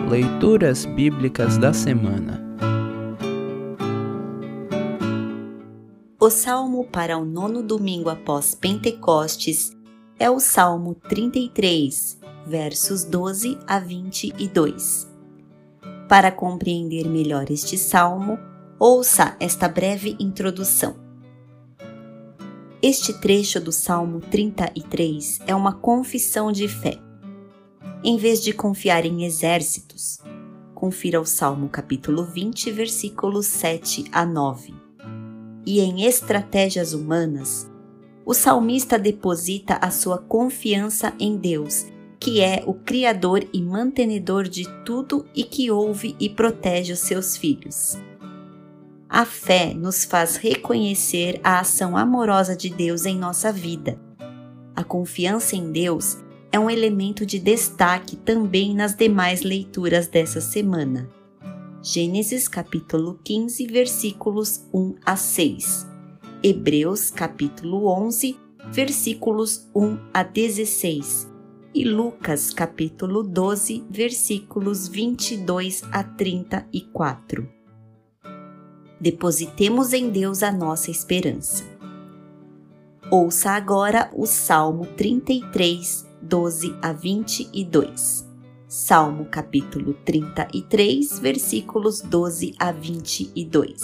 Leituras Bíblicas da Semana. O salmo para o 9º domingo após Pentecostes é o Salmo 33, versos 12 a 22. Para compreender melhor este salmo, ouça esta breve introdução. Este trecho do Salmo 33 é uma confissão de fé. Em vez de confiar em exércitos, confira o Salmo capítulo 20, versículos 7 a 9. E em estratégias humanas, o salmista deposita a sua confiança em Deus, que é o Criador e mantenedor de tudo e que ouve e protege os seus filhos. A fé nos faz reconhecer a ação amorosa de Deus em nossa vida. A confiança em Deus é um elemento de destaque também nas demais leituras dessa semana. Gênesis capítulo 15, versículos 1 a 6. Hebreus capítulo 11, versículos 1 a 16. E Lucas capítulo 12, versículos 22 a 34. Depositemos em Deus a nossa esperança. Ouça agora o Salmo 33, 12 a 22. Salmo capítulo 33, versículos 12 a 22.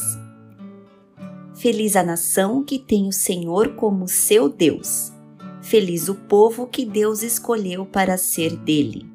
Feliz a nação que tem o Senhor como seu Deus. Feliz o povo que Deus escolheu para ser dele.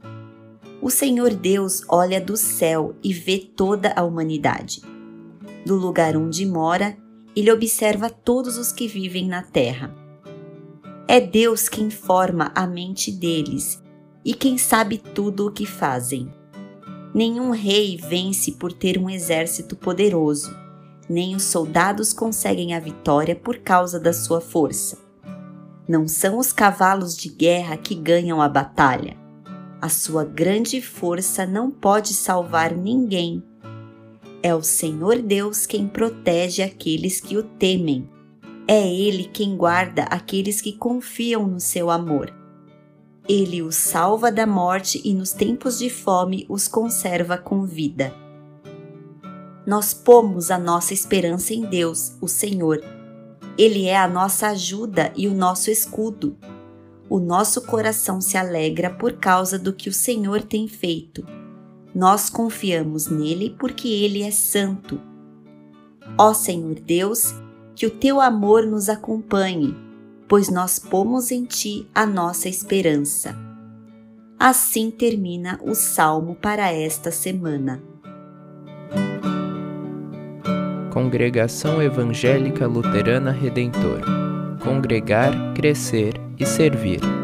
O Senhor Deus olha do céu e vê toda a humanidade. Do lugar onde mora, ele observa todos os que vivem na terra. É Deus quem forma a mente deles e quem sabe tudo o que fazem. Nenhum rei vence por ter um exército poderoso, nem os soldados conseguem a vitória por causa da sua força. Não são os cavalos de guerra que ganham a batalha. A sua grande força não pode salvar ninguém. É o Senhor Deus quem protege aqueles que o temem. É Ele quem guarda aqueles que confiam no seu amor. Ele os salva da morte e nos tempos de fome os conserva com vida. Nós pomos a nossa esperança em Deus, o Senhor. Ele é a nossa ajuda e o nosso escudo. O nosso coração se alegra por causa do que o Senhor tem feito. Nós confiamos nele porque ele é santo. Ó Senhor Deus, que o teu amor nos acompanhe, pois nós pomos em ti a nossa esperança. Assim termina o Salmo para esta semana. Congregação Evangélica Luterana Redentor. Congregar, crescer e servir.